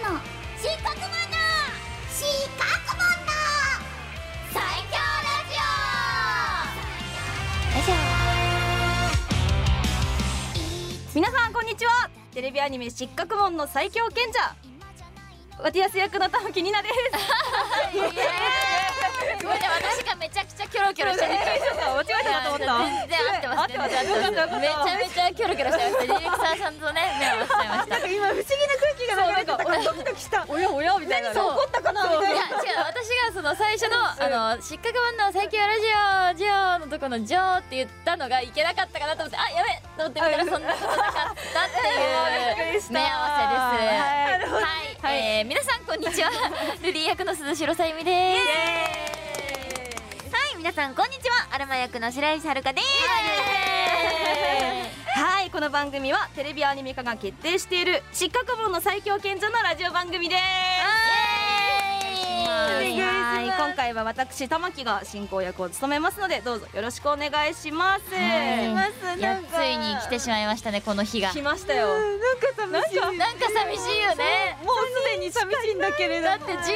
の四角マンの四角マンの最強ラジオ。 皆さんこんにちは。テレビアニメ失格門の最強賢者ワティアス役の玉木ニナですすごいね、私がめちゃくちゃキョロキョロしてる。 間違えたかと思った。 全然合ってます。全然合ってます。めちゃめちゃキョロキョロしてました。ディレクターさんとね、目を合わせちゃいました。 なんか今不思議な空気が流れてたから、ドキドキした。おやおやみたいな。 そう怒ったかなみたいな。 いや違う、私がその最初の失格版の最強ラジオのとこのジョーって言ったのがいけなかったかなと思って、あ、やべと思ってみたらそんなことなかったっていう目合わせです。はい、皆さんこんにちは。ルリー役の鈴代さゆみです。 はい、皆さんこんにちは。アルマ役の白石遥です。 はい、この番組はテレビアニメ化が決定している失格門の最強賢者のラジオ番組です。はい、今回は私玉木が進行役を務めますので、どうぞよろしくお願いします。 いや、ついに来てしまいましたね、この日が。 来ましたよ。 なんか寂しいよね。 もうすでに寂しいんだけれども、 だってジングルは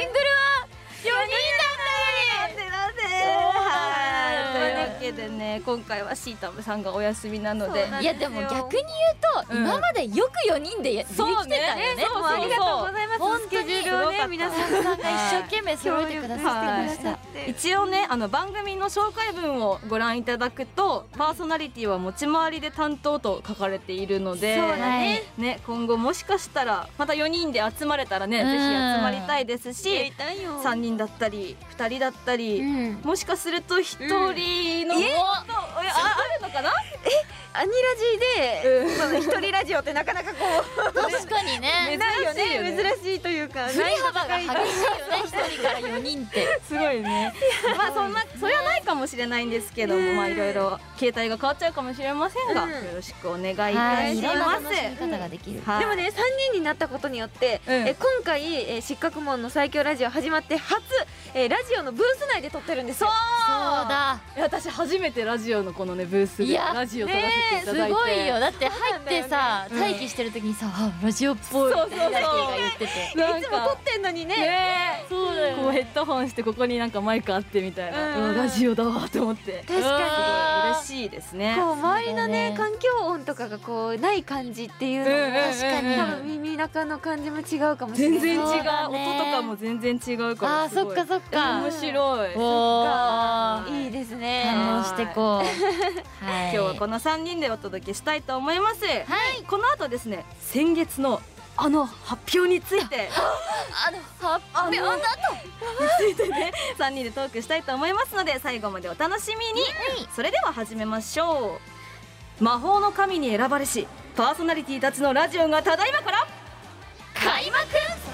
4人だったのに。 なんではい、というわけでね、今回はシータムさんがお休みなので、 いやでも逆に言うと、今までよく4人でできてたよね。 そうありがとうございます。 本当にスケジュールをね、皆さんが一生懸命揃えてくださってました。 一応ね、番組の紹介文をご覧いただくと、パーソナリティは持ち回りで担当と書かれているので、 そうだね、 今後もしかしたらまた4人で集まれたらね、ぜひ集まりたいですし、3人だったり2人だったり、もしかすると1人のあるのかな。 アニラジで、その一人ラジオってなかなかこう確かにね、 ないよね、珍しいというか、 振り幅が激しいよね、1人から4人ってすごいね。まあそれはないかもしれないんですけども、まあいろいろ形態が変わっちゃうかもしれませんが、よろしくお願いいたします。 いろんな楽しみ方ができる。 でもね、3人になったことによって、今回失格門の最強ラジオ始まって初、ラジオのブース内で撮ってるんですよ。 そうだ、 私初めてラジオのこのねブースでラジオ撮らせていただいて、 すごいよ。だって入ってさ、待機してる時にさ、あ、ラジオっぽいってラッキーが言ってて、 いつも撮ってんのにね。 そうだよ。こうヘッドホンしてここになんかマイクあってみたいな、ラジオだわと思って、 確かに嬉しいですね。 こう周りのね、環境音とかがこうない感じっていうのも、確かに多分耳中の感じも違うかもしれない。 全然違う、音とかも全然違うから、 あ、そっかそっか、 面白い。 いいですね。 堪能してこう。 今日はこの3人でお届けしたいと思います。この後ですね、先月の発表について発表だとについてね、3人でトークしたいと思いますので、最後までお楽しみに。それでは始めましょう。魔法の神に選ばれしパーソナリティたちのラジオがただいまから開幕。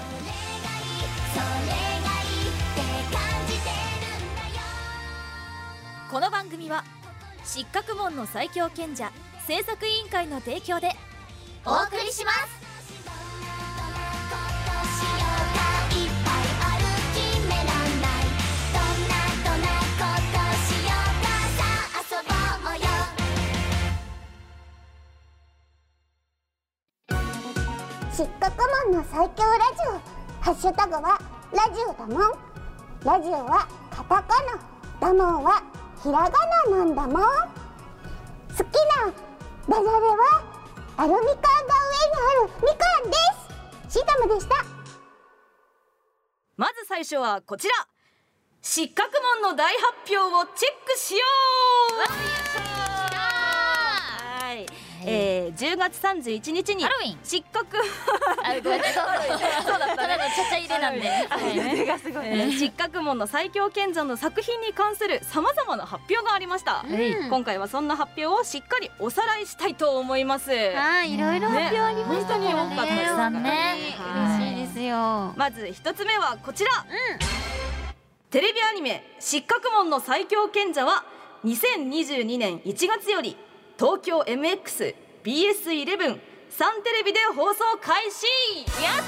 この番組は失格門の最強賢者制作委員会の提供でお送りします。失格門の最強ラジオ、ハッシュタグはラジオだもん。ラジオはカタカナ、だもんはひらがななんだもん。好きなダジャレはアルミ缶が上にあるみかんです。シータムでした。 まず最初はこちら、失格門の大発表をチェックしよう。10月31日にハロウィン失格ごめんなさい、そうだったね、ちゃちゃ入れなんで、 失格門の最強賢者の作品に関するさまざまな発表がありました。今回はそんな発表をしっかりおさらいしたいと思います。 いろいろ発表ありましたね。 本当に多かったですからね。 嬉しいですよ。 まず一つ目はこちら、テレビアニメ失格門の最強賢者は2022年1月より東京 MX BS11 サンテレビで放送開始。やっ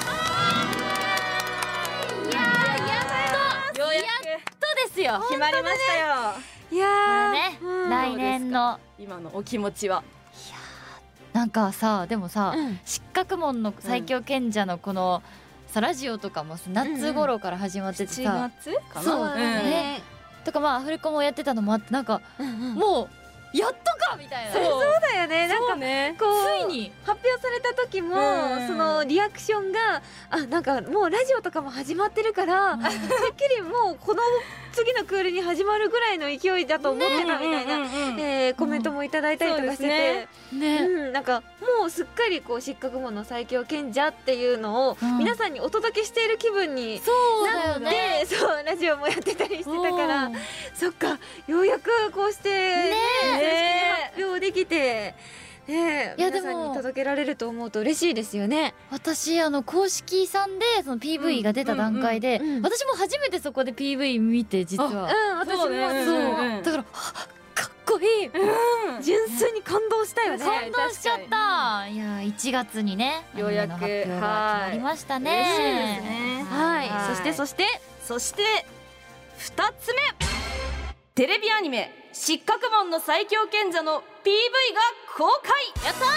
とですよ、 決まりましたよ。 いやね、 来年の今のお気持ちは。 なんかさ、でもさ、失格門の最強賢者のこのさラジオとかもさ夏頃から始まっててさ、 7月かな。 そうねとかまあアフレコもやってたのもあってなんかもうやっとかみたいな。 そうだよね。なんかそうね。 こうついに発表された時も、 うんそのリアクションがなんかもうラジオとかも始まってるから、てっきりもうこの次のクールに始まるぐらいの勢いだと思ってたみたいな、コメントもいただいたりとかしてて、 ね、 なんかもうすっかりこう失格門の最強賢者っていうのを皆さんにお届けしている気分にそうだよなって、 ね。 そうラジオもやってたりしてたから、そっかようやくこうしてね正式に発表できて。ね、 いや皆さんに届けられると思うと嬉しいですよね。 私公式さんでその PV が出た段階で、 うんうん私も初めてそこで PV 見て実は。 私もそうねそう、 うんだからかっこいい、 純粋に感動したよね。 感動しちゃった。いや1月にねようやくアニメの発表が決まりましたね。 嬉しいですね。 はい、 はいそしてそして2つ目、テレビアニメ失格門の最強賢者の PV が公開。やった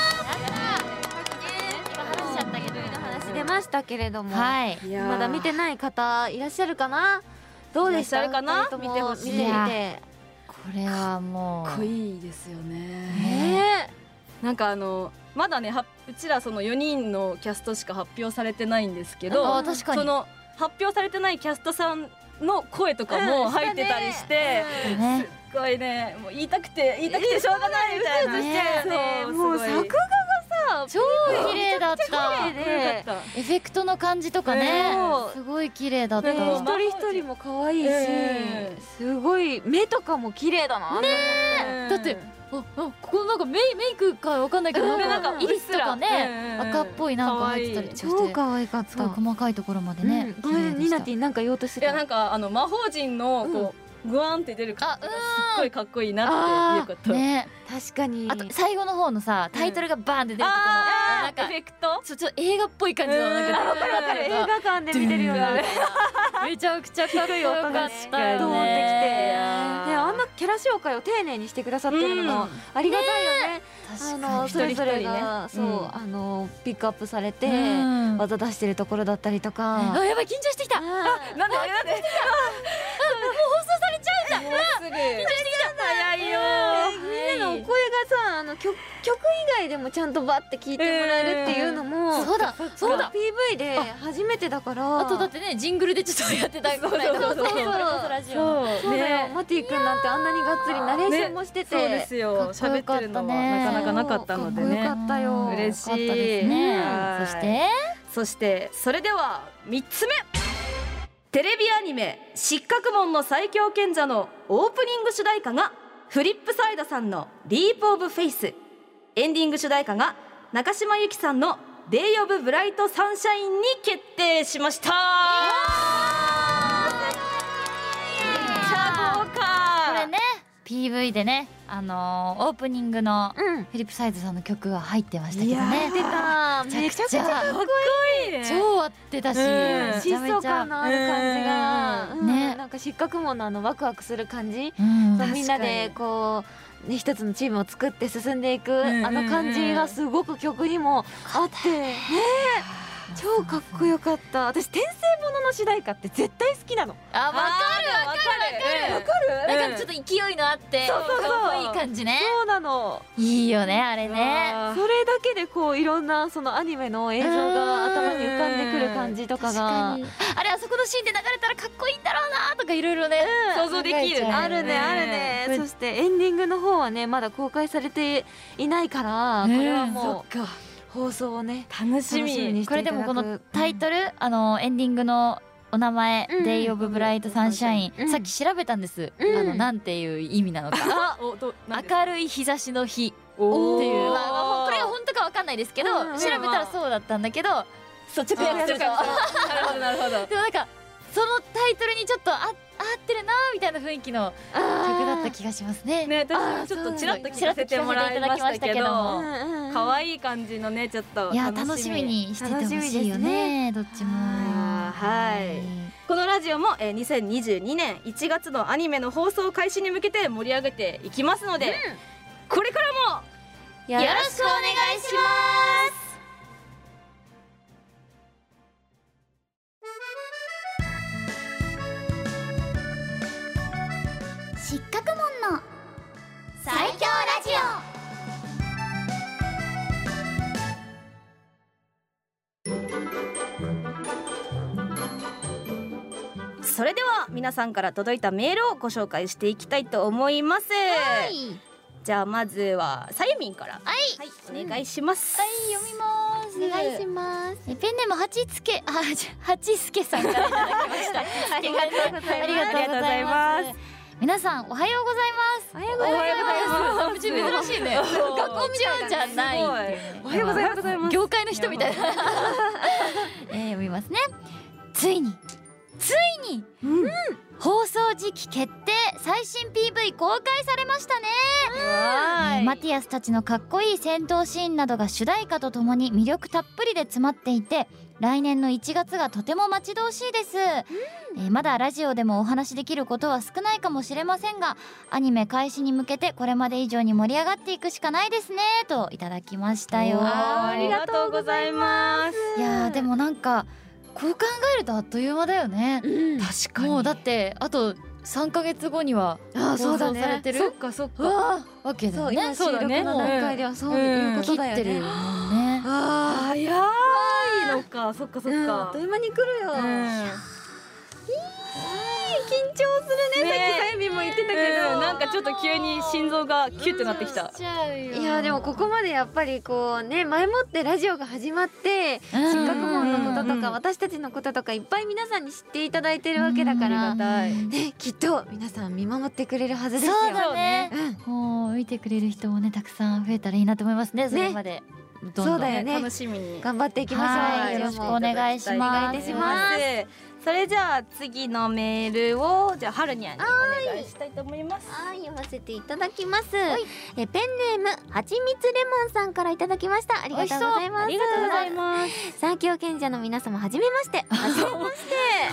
今話しちゃったけど、 話出ましたけれども、 はいー。いやーまだ見てない方いらっしゃるかな。どうでした？ いらっしゃるかな二人とも見てほしい見てみて。 これはもうかっこいいですよね。 ねなんかまだねうちらその4人のキャストしか発表されてないんですけど、 あ確かにその発表されてないキャストさんの声とかも入ってたりして、 ねすっごいねもう言いたくてしょうがないみたいな。 ねそうもうすごい作画がさ超綺麗だった。 綺麗でかっこよかっエフェクトの感じとかね、 そうすごい綺麗だった。 ね一人一人も可愛いし、すごい目とかも綺麗だな。 た。 だってここなんかメイクかわかんないけどなんかイリスとかね赤っぽいなんか入ってたりして超可愛かっすごいた。 細かいところまでね。 ごめんニナティ。 ィなんか言おうとしてた。 いやなんか魔法陣のこうグワンって出る感じがすっごいかっこいいなっていうこと。 ね。 確かに。 あと最後の方のさタイトルがバーンって出るところなんかエフェクト。 ちょっと映画っぽい感じのなんかわかるわかる映画館で見てるような。 めちゃくちゃかっこよかったよ通ってきて、ね、あんなキャラ紹介を丁寧にしてくださってるのもありがたいよね。 確かにそれぞれ一人一人がねそうピックアップされてうん技出してるところだったりとか。 あやばい緊張してきた。 なんでもうすぐ早いよ。 みんなのお声がさ曲以外でもちゃんとバッて聞いてもらえるっていうのもそうだそうだ PV で初めてだからあとだってねジングルでちょっとやってたぐらいだもんね。 そうそれこそラジオ。 そうだよマティ君なんてあんなにがっつりナレーションもしててそうですよ。喋ってるのはなかなかなかったのでね。 かっこよかったよ嬉しいよかったですねはいそしてそれでは3つ目、テレビアニメ失格門の最強賢者のオープニング主題歌がフリップサイドさんのリープオブフェイス、エンディング主題歌が中島由紀さんのデイオブブライトサンシャインに決定しました。めっちゃ豪華。 これね PV でねオープニングのうんフィリップサイズさんの曲が入ってましたけどね。 出ためちゃくちゃかっこいいね。 超合ってたし、 うんめち疾ゃめちゃ走感のある感じがねなんか失格門のワクワクする感じうんそうみんなでこうね一つのチームを作って進んでいくあの感じがすごく曲にもあってね超かっこよかった私転生ものの主題歌って絶対好きなのあわかるわかるなんかちょっと勢いのあってかっこいい感じね。 そうなのいいよねあれね。 それだけでこういろんなそのアニメの映像が頭に浮かんでくる感じとかがあれあそこのシーンで流れたらかっこいいんだろうなとかいろいろね想像できるね。 あるねあるねそしてエンディングの方はねまだ公開されていないからこれはもう放送をね楽しみ。 にしてこれでもこのタイトルエンディングのお名前うん 「Day of Bright Sunshine」 うんさっき調べたんですなんていう意味なのか明るい日差しの日っていうまあこれが本当かわかんないですけどうん調べたらそうだったんだけどそう直訳するとなるほどなるほど。 でもなんかそのタイトルにちょっと合ってるなみたいな雰囲気の曲だった気がしますね。 ね、私もちょっとちらっと聞かせてもらいましたけど、可愛い感じのね、ちょっといや楽しみにしててほしいよねどっちも。 はい。このラジオも2022年1月のアニメの放送開始に向けて盛り上げていきますので、これからもよろしくお願いします失格門の最強ラジそれでは皆さんから届いたメールをご紹介していきたいと思います。じゃあまずはさゆみんからお願いします。 読みます。 お願いします。 ペンネームはちすけさんからいただきましたありがとうございます。 ありがとうございます。皆さんおはようございます。 おはようございます。 珍しいね。学校じゃないっていうね。 おはようございます。 業界の人みたいな。読みますね。ついに放送時期決定、最新 PV 公開されましたね。マティアスたちのかっこいい戦闘シーンなどが主題歌とともに魅力たっぷりで詰まっていて、来年の1月がとても待ち遠しいです。まだラジオでもお話しできることは少ないかもしれませんが、アニメ開始に向けてこれまで以上に盛り上がっていくしかないですねといただきましたよ。 ありがとうございます。 いやーでもなんかこう考えるとあっという間だよね。 確かに。 もうだってあと3ヶ月後には放送されてる。 そっかそっか。 わけだよね。 今収録の段階ではそういうことだよね。 切ってるもんね。 早いのか。そっかそっか。 あっという間に来るよ。緊張するね。さっきさゆみも言ってたけど、 なんかちょっと急に心臓がキュッてなってきた。 いやでもここまでやっぱりこうね、前もってラジオが始まって失格門のこととか私たちのこととかいっぱい皆さんに知っていただいてるわけだからね、きっと皆さん見守ってくれるはずですよ。 そうだね。もう見てくれる人もねたくさん増えたらいいなと思いますね。それまでそうだよね。 楽しみに頑張っていきましょう。 よろしくお願いします。 お願いいたします。 それじゃあ次のメールをじゃあはるにゃんにお願いしたいと思います。 はい、読ませていただきます。ペンネームはちみつレモンさんからいただきました。ありがとうございます。 ありがとうございます。 最強賢者の皆様はじめまして。はじめまして。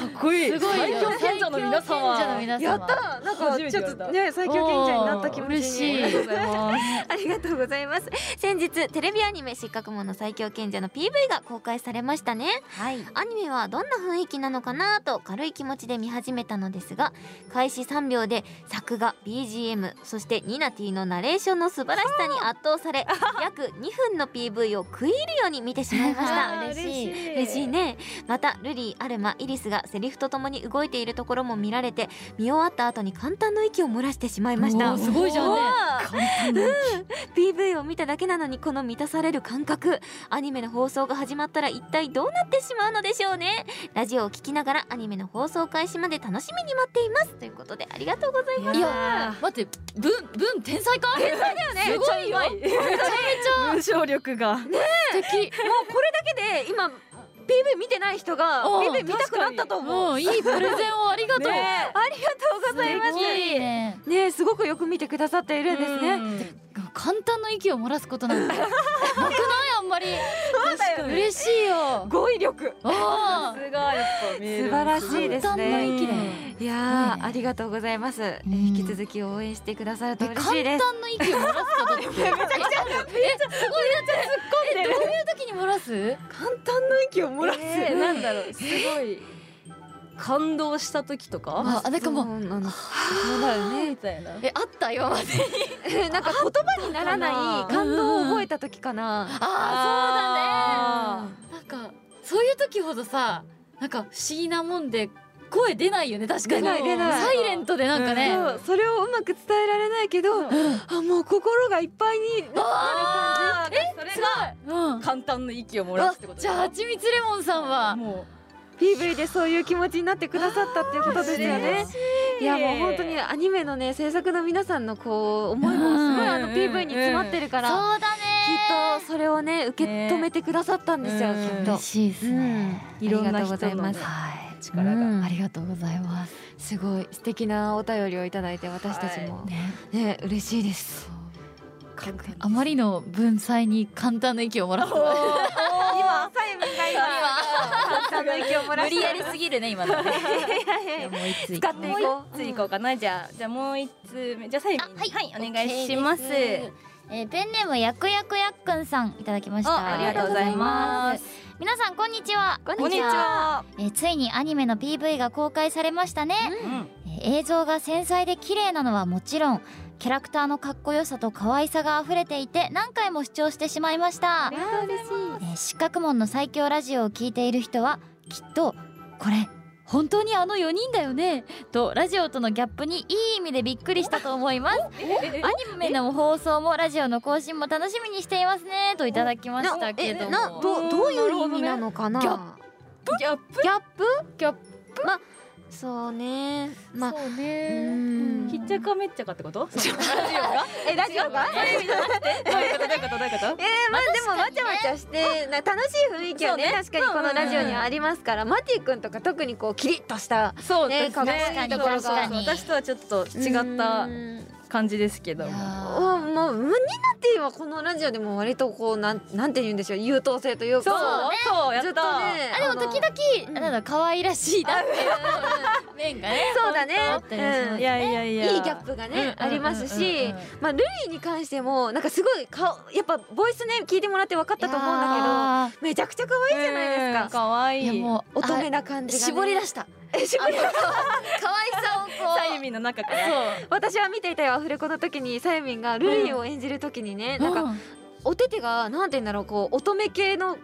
かっこいい。 すごい最強賢者の皆様。 やった。なんかちょっとね最強賢者になった気持ちに。 嬉しい。 ありがとうございます。 先日テレビアニメ失格門の最強賢者の PV が公開されましたね。アニメはどんな雰囲気なのかなと軽い気持ちで見始めたのですが、開始3秒で作画 BGM そしてニナティのナレーションの素晴らしさに圧倒され約2分の PV を食い入るように見てしまいました。嬉しいね。またルリー、アルマ、イリスがセリフとともに動いているところも見られて、見終わった後に簡単の息を漏らしてしまいました。 すごいじゃんね。 PV を見ただけなのにこの満たされる感覚、アニメの放送が始まったら一体どうなってしまうのでしょうね。ラジオを聞きながらアニメの放送開始まで楽しみに待っていますということで、ありがとうございます。 いや待って、文天才か。天才だよね。すごいよ。めちゃめちゃ文章力がね。素敵。もうこれだけで今 PV 見てない人が PV 見たくなったと思う。 いいプレゼンをありがとう。 ありがとうございます。ね、すごくよく見てくださっているんですね。 簡単の息を漏らすことなんてなくない？あんまり。 そうだよね。 嬉しいよ。 語彙力。 さすがやっぱ素晴らしいですね。 簡単の息だよ。 いやありがとうございます。引き続き応援してくださると嬉しいです。 簡単の息を漏らすことってめちゃくちゃすごい。だって突っ込んでる。どういう時に漏らす？ 簡単の息を漏らす。 なんだろう、すごい感動した時とか。 なんかもうそうだよねみたいな。 あった今まで。 なんか言葉にならない感動を覚えた時かな。 そうだね。なんかそういう時ほどさ、なんか不思議なもんで声出ないよね。確かに出ない。 サイレントでなんかね、 それをうまく伝えられないけど、もう心がいっぱいになる感じ。 それが簡単な息を漏らすってこと。 じゃあはちみつレモンさんはもう PV でそういう気持ちになってくださったっていうことですよね。いやもう本当にアニメのね制作の皆さんのこう思いもすごいPV に詰まってるから、 そうだね。 きっとそれをね受け止めてくださったんですよ。きっと嬉しいですね。 いろんな人の力がありがとうございます。 すごい素敵なお便りをいただいて、私たちもね嬉しいです。 あまりの文才に簡単な息をもらった。 今サイムが簡単な息をもらした。 無理やりすぎるね今のね。もう一つ使っていこう。 いこうかな。じゃあもう一つ目、じゃあサイムはいお願いします。 ペンネームやくやくやっくんさんいただきました。 ありがとうございます。 皆さんこんにちは。 こんにちは。 ついにアニメの PV が公開されましたね。 映像が繊細で綺麗なのはもちろん、キャラクターのかっこよさと可愛さがあふれていて何回も視聴してしまいました。失格門の最強ラジオを聞いている人はきっとこれ本当にあの4人だよねとラジオとのギャップにいい意味でびっくりしたと思います。アニメの放送もラジオの更新も楽しみにしていますねといただきましたけども、 どういう意味なのかな。 ギャッギャップまあそうね、まあそうね。ひっちゃかめっちゃかってこと？ラジオが？そういう意味じゃなくて？どういうこと？ まあでもわちゃわちゃして楽しい雰囲気はね確かにこのラジオにはありますから、マティ君とか特にこうキリッとしたそうですね。 かっこいいところが私とはちょっと違った感じですけども。 もうニナティはこのラジオでも割とこうなんて言うんでしょう、優等生というかそうやった。 ずっとねでも時々なんだ可愛らしいなっていう面がねそうだね、 いやいいギャップがねありますし、まあルイに関してもなんかすごいやっぱボイスね聞いてもらって分かったと思うんだけどめちゃくちゃ可愛いじゃないですか。 可愛い。 いやもう乙女な感じがね絞り出した。 絞り出した可愛さをこうさゆみんの中から。 私は見ていたよ、アフレコの時にさゆみんがルイを演じる時にね、なんかお手手がなんて言うんだろう、こう乙女系の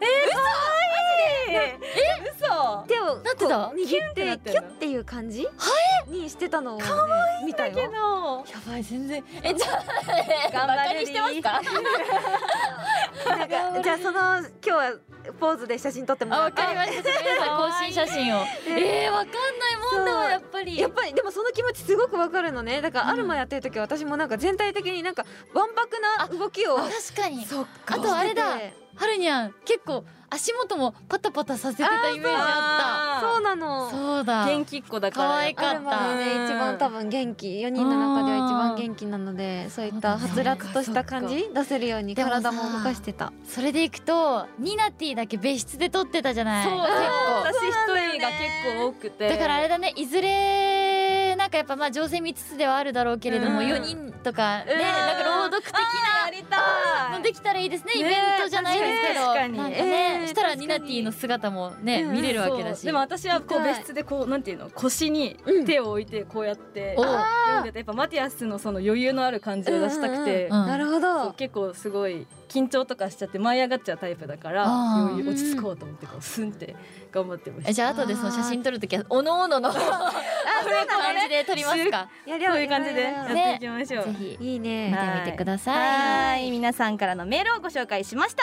嘘。 手をなんてだこう握ってなってんのキュッっていう感じにしてたのをね見たよ。 けど。 やばい全然じゃあバカにしてますか？ なんかじゃあその今日はポーズで写真撮ってもらって。 わかりました。皆さん更新写真を。わかんないもんだわやっぱり。 やっぱりでもその気持ちすごくわかるのね。だからアルマやってる時は私もなんか全体的になんかわんぱくな動きを。 確かに。 そっか。 あとあれだ。はるにゃん結構足元もパタパタさせてたイメージあった。 そうなの。 そうだ。 元気っ子だから。 可愛かアルマはね一番多分元気、4人の中では一番元気なので、そういったはつらつとした感じ出せるように体も動かしてた。 それでいくとニナティだけ別室で撮ってたじゃない。 そう結構私一人が結構多くて。 だからあれだね、いずれなんかやっぱまあ情勢見つつではあるだろうけれども4人とかねなんか朗読的なやりたいのできたらいいですね。イベントじゃないですけど、 確かになんかねしたらニナティの姿もね見れるわけだし。 でも私はこう別室でこうなんていうの、腰に手を置いてこうやって読んでて、やっぱマティアスのその余裕のある感じを出したくて、 なるほど。 結構すごい緊張とかしちゃって舞い上がっちゃうタイプだから余裕落ち着こうと思ってこうスンって頑張ってました。 じゃあ後でその写真撮るときはおのおのの感じで撮りますか。 そういう感じでやっていきましょう。 ぜひいいね。 見てみてください。 はい、皆さんからのメールをご紹介しました。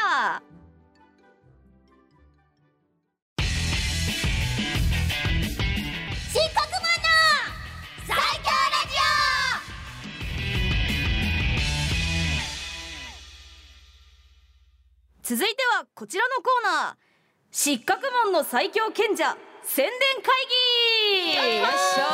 漆黒マンの最強ラジ続いてはこちらのコーナー、失格門の最強賢者宣伝会議。よいし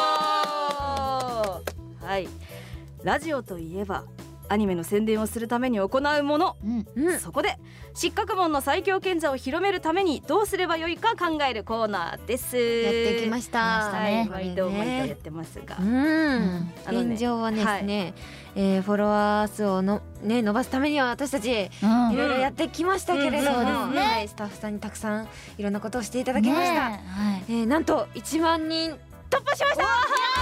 ょ。はい、ラジオといえばアニメの宣伝をするために行うもの、そこで失格門の最強賢者を広めるためにどうすればよいか考えるコーナーです。 やってきました。 はい、毎度やってますが、 現状はですね、フォロワー数を伸ばすためには私たちいろいろやってきましたけれども、スタッフさんにたくさんいろんなことをしていただきました。なんと1万人突破しました。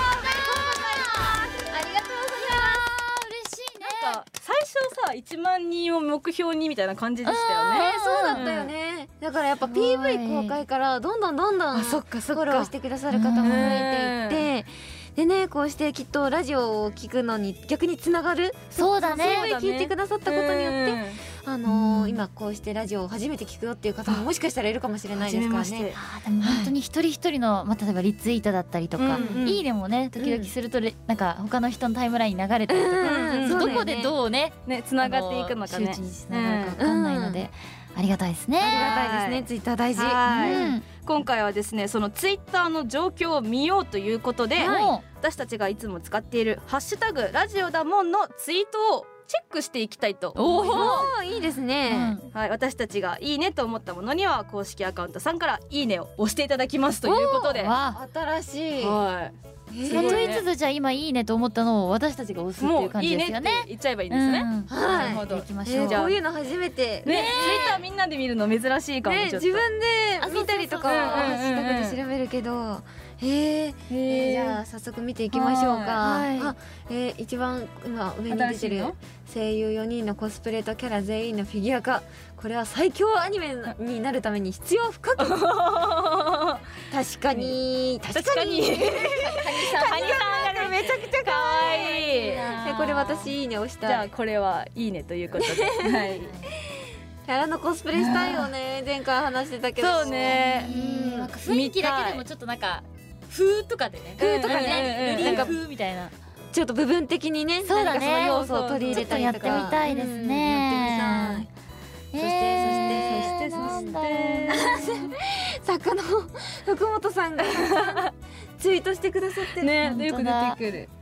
最初さ1万人を目標にみたいな感じでしたよね。 そうだったよね。だからやっぱ PV 公開からどんどんフォローしてくださる方も増えていって、でね、こうしてきっとラジオを聞くのに逆につながる。 そうだね。 PV 聞いてくださったことによって今こうしてラジオを初めて聞くよっていう方ももしかしたらいるかもしれないですからね。 でも本当に一人一人の、例えばリツイートだったりとか、いいねもね時々するとなんか他の人のタイムラインに流れたりとか、どこでどうねつながっていくのかね、 周知につながるか分かんないので、ありがたいですね。 ありがたいですね。ツイッター大事。 今回はですね、そのツイッターの状況を見ようということで、私たちがいつも使っているハッシュタグラジオだもんのツイートをチェックしていきたいと思います。 いいですね。 はい、私たちがいいねと思ったものには公式アカウントさんからいいねを押していただきますということで、 新しい。 と言いつつ、じゃあ今いいねと思ったのを私たちが押すっていう感じですよね。 もういいねって言っちゃえばいいんですね。 なるほど。 行きましょう。 こういうの初めてね。ツイッターみんなで見るの珍しいかも。ちょっと自分で見たりとかはハッシュタグで調べるけど、 じゃあ早速見ていきましょうか。 はいあ、一番今上に出てる声優4人のコスプレとキャラ全員のフィギュア化、これは最強アニメになるために必要不可欠。確かにカニさんがねめちゃくちゃ可愛い。 これ私いいね押したい。 じゃあこれはいいねということで、はい。 キャラのコスプレしたいよね。前回話してたけど。 そうね。 なんか雰囲気だけでもちょっとなんか風とかでね、風とかね、塗り風みたいな、 ちょっと部分的にね、 そうだね、 その要素を取り入れたりとかやってみたいですね。 やってみたい。そして作の福本さんがツイートしてくださってるね、よく出てくる。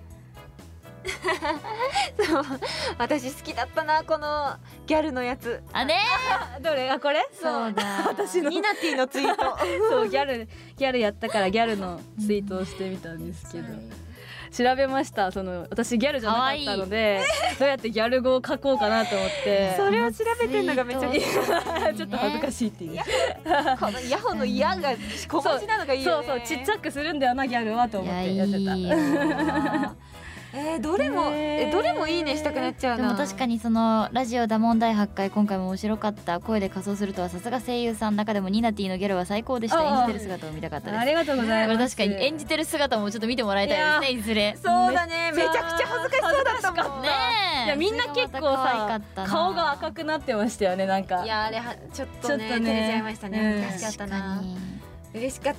そう私好きだったなこのギャルのやつ。 あねどれ？あ、これ？ そうだ、 私のニナティのツイート。 そうギャルやったからギャルのツイートをしてみたんですけど、調べました。その私ギャルじゃなかったのでどうやってギャル語を書こうかなと思ってそれを調べてんのがめちゃくちゃちょっと恥ずかしいっていう。 このヤホのヤが小文字なのがいいよね。 そうちっちゃくするんだよなギャルはと思ってやってた。 いやいいよどれもいいねしたくなっちゃうな。 でも確かにそのラジオダモン第8回今回も面白かった。声で仮装するとはさすが声優さん。中でもニナティのギャルは最高でした。演じてる姿を見たかったです。 ありがとうございます。 これ確かに演じてる姿もちょっと見てもらいたいですね、いずれ。 そうだね、めちゃくちゃ恥ずかしそうだったもんねえ、 いやみんな結構さ顔が赤くなってましたよね。なんかいやあれはちょっとね照れちゃいましたね。嬉しかったな。嬉しかった。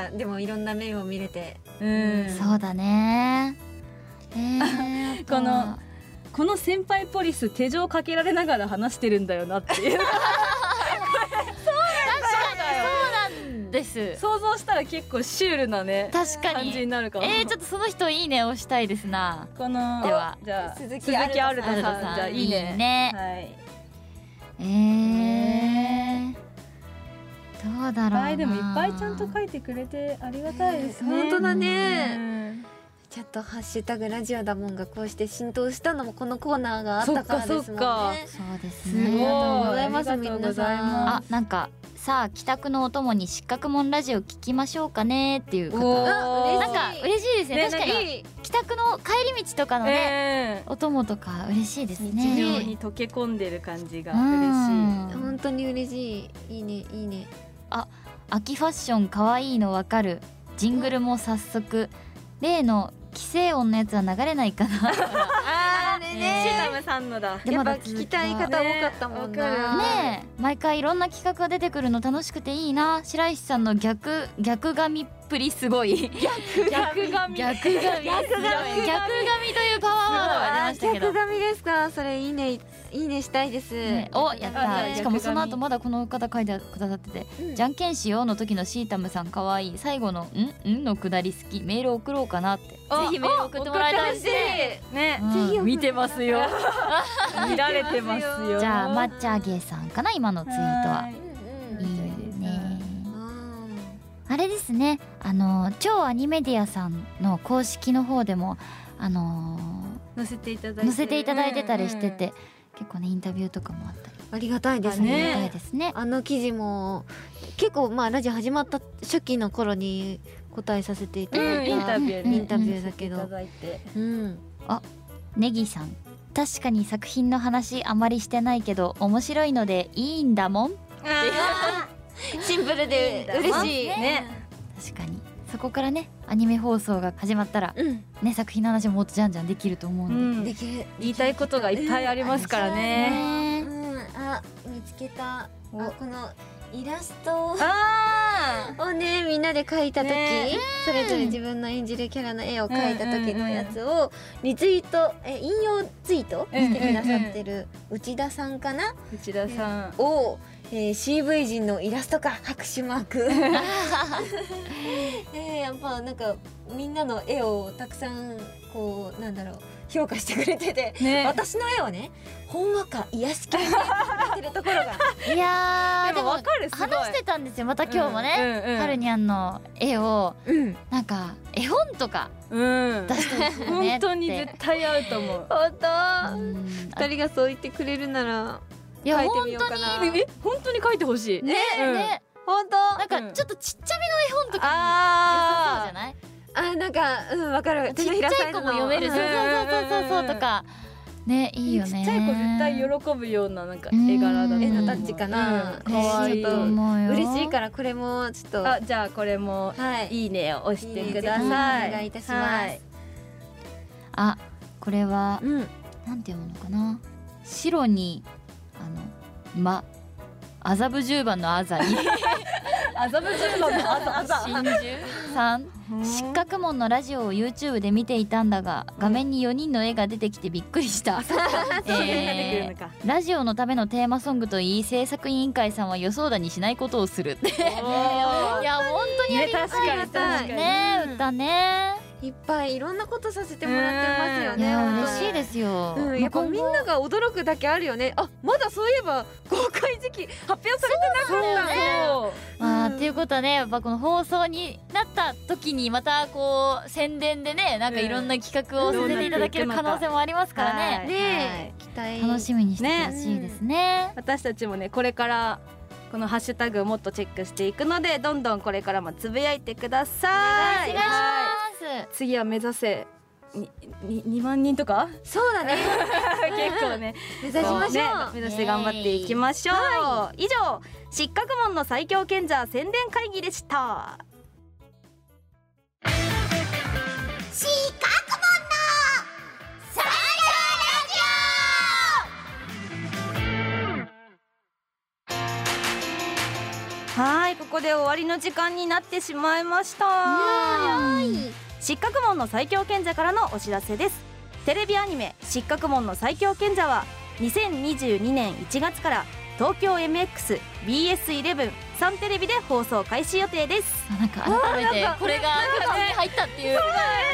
でもいろんな面を見れて。 そうだね。 この先輩ポリス手錠かけられながら話してるんだよなっていう。 そうなんです。 想像したら結構シュールなね確かに感じになるかも。 ちょっとその人いいね押したいですな。 このではじゃあ鈴木アルタさんじゃあいいね。 はい。どうだろうな。 でもいっぱいちゃんと書いてくれてありがたいですね。 本当だね。ちょっとハッシュタグラジオだもんがこうして浸透したのもこのコーナーがあったからですもんね。 そうですね。 ね。 ありがとうございます。みんなさん。 あ、なんかさあ帰宅のお供に失格門ラジオ聞きましょうかねっていう方。なんか嬉しいですね。確かに帰宅の帰り道とかのねお供とか嬉しいですね。 日常に溶け込んでる感じが嬉しい。 本当に嬉しい。いいねいいね。 あ、秋ファッション可愛いのわかる。ジングルも早速例の規制音のやつは流れないかな。 あれね。 シタムさんのだ。 やっぱ聞きたい方多かったもんな。 ねえ、毎回いろんな企画が出てくるの楽しくていいな。白石さんの逆髪っぷりすごい。逆髪というパワーワードが出ましたけど。 逆髪ですか。それいいねしたいです。 お、やった。しかもその後まだこの方書いてくださってて、じゃんけんしようの時のシータムさん可愛い。最後のんのくだり好き。メール送ろうかなって。ぜひメール送ってもらいたいですね。見てますよ。見られてますよ。 じゃあ抹茶ゲーさんかな今のツイートは。いいね。あれですね。超アニメディアさんの公式の方でも載せていただいてたりしてて、結構ねインタビューとかもあったり。 ありがたいですね。 ありがたいですね。 記事も結構ラジオ始まった初期の頃に答えさせていただいたインタビューだけど。 あ、ネギさん。確かに作品の話あまりしてないけど面白いのでいいんだもん。 シンプルで嬉しいね。 確かにそこからねアニメ放送が始まったら、ね作品の話もっとじゃんじゃんできると思うんで、 言いたいことがいっぱいありますからね。 あ、見つけた。このイラストをねみんなで描いた時、それぞれ自分の演じるキャラの絵を描いた時のやつをリツイート引用ツイートしてくださってる内田さんかな。 内田さんをCV 陣のイラストか拍手マーク。やっぱなんかみんなの絵をたくさんこう評価してくれてて、私の絵をねほんわか癒し系でやってるところがいやでも分かる。 話してたんですよ。また今日もねはるにゃんの絵をなんか絵本とか出してるよね。 本当に絶対合うと思う。 本当2人がそう言ってくれるなら書いてみようかな。 本当に書いてほしいね。 本当なんかちょっとちっちゃめの絵本とか良さそうじゃない？ なんかわかる。 ちっちゃい子も読める。そうとかね、いいよね。 ちっちゃい子絶対喜ぶようななんか絵柄だと思う。 絵のタッチかな。 可愛い。 ちょっと嬉しいからこれもちょっと。 じゃあこれもいいねを押してください。 お願いいたします。 あ、これはなんて読むのかな。白に麻布十番のあざに麻布十番のあざ真珠さん、失格門のラジオを YouTube で見ていたんだが、画面に4人の絵が出てきてびっくりしたラジオのためのテーマソングといい、制作委員会さんは予想だにしないことをするっていや本当にありがたいね。歌ね、 いっぱいいろんなことさせてもらってますよね。 いや嬉しいですよ。 やっぱみんなが驚くだけあるよね。あ、まだそういえば公開時期発表されてなかったね。 っていうことはね、やっぱこの放送になった時にまたこう宣伝でね、なんかいろんな企画をさせていただける可能性もありますからね。 ね、期待楽しみにしてほしいですね。 私たちもね、これからこのハッシュタグをもっとチェックしていくので、どんどんこれからもつぶやいてください。 お願いします。 次は目指せ2万人とか。 そうだね結構ね目指しましょう。 目指して頑張っていきましょう。以上、失格門の最強賢者宣伝会議でした。 失格門の最強はい、ここで終わりの時間になってしまいました。失格門の最強賢者からのお知らせです。テレビアニメ失格門の最強賢者は2022年1月から東京 MX、BS11、サンテレビで放送開始予定です。 なんか改めてこれが手に入ったっていうね、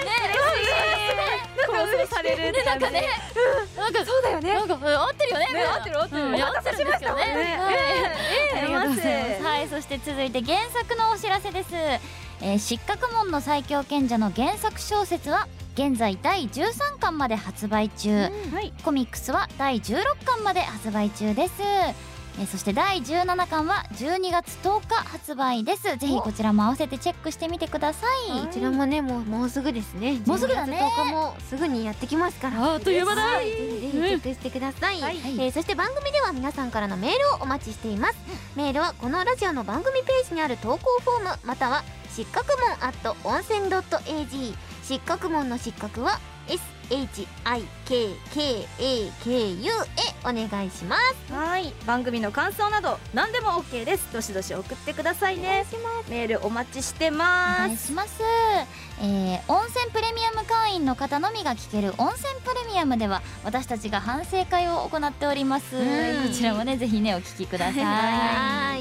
放送されるってなんかね、なんかそうだよね、なんか合ってるよね、 合ってる合ってる、 合ってるんですけどね。ありがとうございます。はい、そして続いて原作のお知らせです。失格門の最強賢者の原作小説は現在第13巻まで発売中、コミックスは第16巻まで発売中です。そして第17巻は12月10日発売です。ぜひこちらも合わせてチェックしてみてください。 こちらもね、もうすぐですね。 もうすぐだね。 12月10日もすぐにやってきますから、 あっという間だ。 ぜひぜひチェックしてください。そして番組では皆さんからのメールをお待ちしています。メールはこのラジオの番組ページにある投稿フォーム、または失格門温泉 .ag、 失格門の失格は SHIKKAKU へお願いします。 はい、番組の感想など何でも OK です。どしどし送ってくださいね。メールお待ちしてます。 お願いします。温泉プレミアム会員の方のみが聞ける温泉プレミアムでは私たちが反省会を行っております。こちらもね、ぜひねお聞きください。 はい、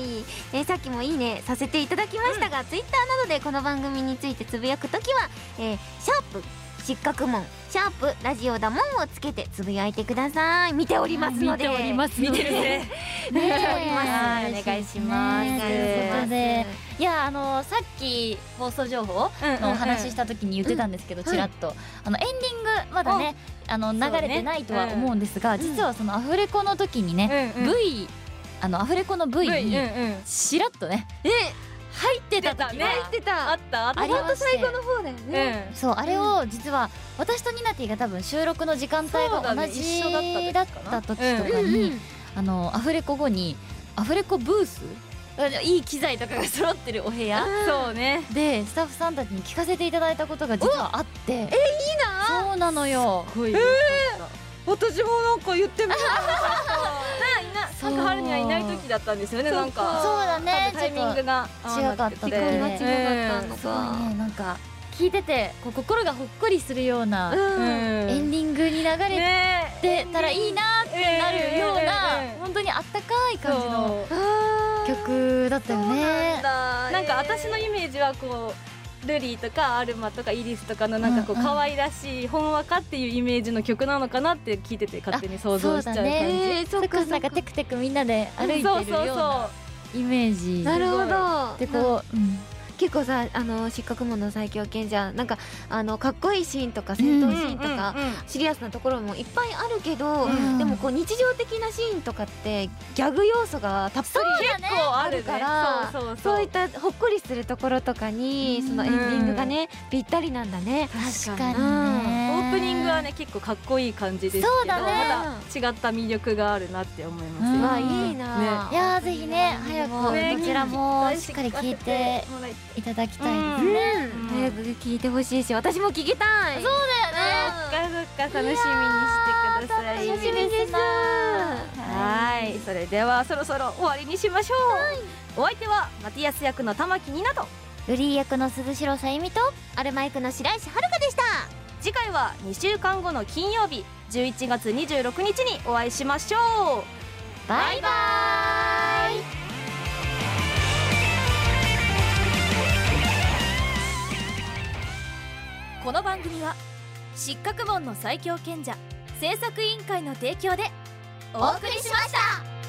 さっきもいいねさせていただきましたが、ツイッターなどでこの番組についてつぶやくときは、シャープ失格門、シャープラジオだもんをつけてつぶやいてください。見ておりますので。 見ております見てるね。 見ております。 お願いします。 ということで、いやさっき放送情報のお話しした時に言ってたんですけど、ちらっとエンディングまだね流れてないとは思うんですが、実はそのアフレコの時にね、V アフレコの V にしらっとね入ってた時があったありまして、 最後の方だよね。 そう、あれを実は私とニナティが多分収録の時間帯が同じだった時とかに、アフレコ後にアフレコブース、いい機材とかが揃ってるお部屋そうねでスタッフさんたちに聞かせていただいたことが実はあって、いいな。そうなのよ。 私もなんか言ってみよなんか春にはいない時だったんですよね。なんかそうだね、 タイミングが違かったって、 間違かったのすごいか。 ね、なんか聞いてて心がほっこりするようなエンディングに流れてたらいいなってなるような、本当にあったかい感じの曲だったよね。 なんか私のイメージはこうルリーとかアルマとかイリスとかのなんかこう可愛らしいほんわかっていうイメージの曲なのかなって聞いてて勝手に想像しちゃう感じ。 そうか、なんかテクテクみんなで歩いてるようなイメージ。 なるほど。 でこう結構さ失格門の最強賢者なんかかっこいいシーンとか戦闘シーンとか、シリアスなところもいっぱいあるけど、でもこう日常的なシーンとかってギャグ要素がたっぷり結構あるかね。 ら、そういったほっこりするところとかにそのエンディングがねぴったりなんだね。 確かにオね。 ープニングはね結構かっこいい感じですけど、 そうだねまた違った魅力があるなって思いますよ。 わあいいな。 いやーぜひね早くねこちらもしっかり聞いていただきたいですね。 早く聞いてほしいし私も聞きたい。 そうだよね。 そっか楽しみにしてください。 楽しみですな。 はい、それではそろそろ終わりにしましょう。お相手はマティアス役の玉木ニナとルリー役の鈴代さゆみとアルマイクの白石遥でした。 次回は2週間後の金曜日11月26日にお会いしましょう。 バイバーイ。 この番組は失格門の最強賢者制作委員会の提供でお送りしました。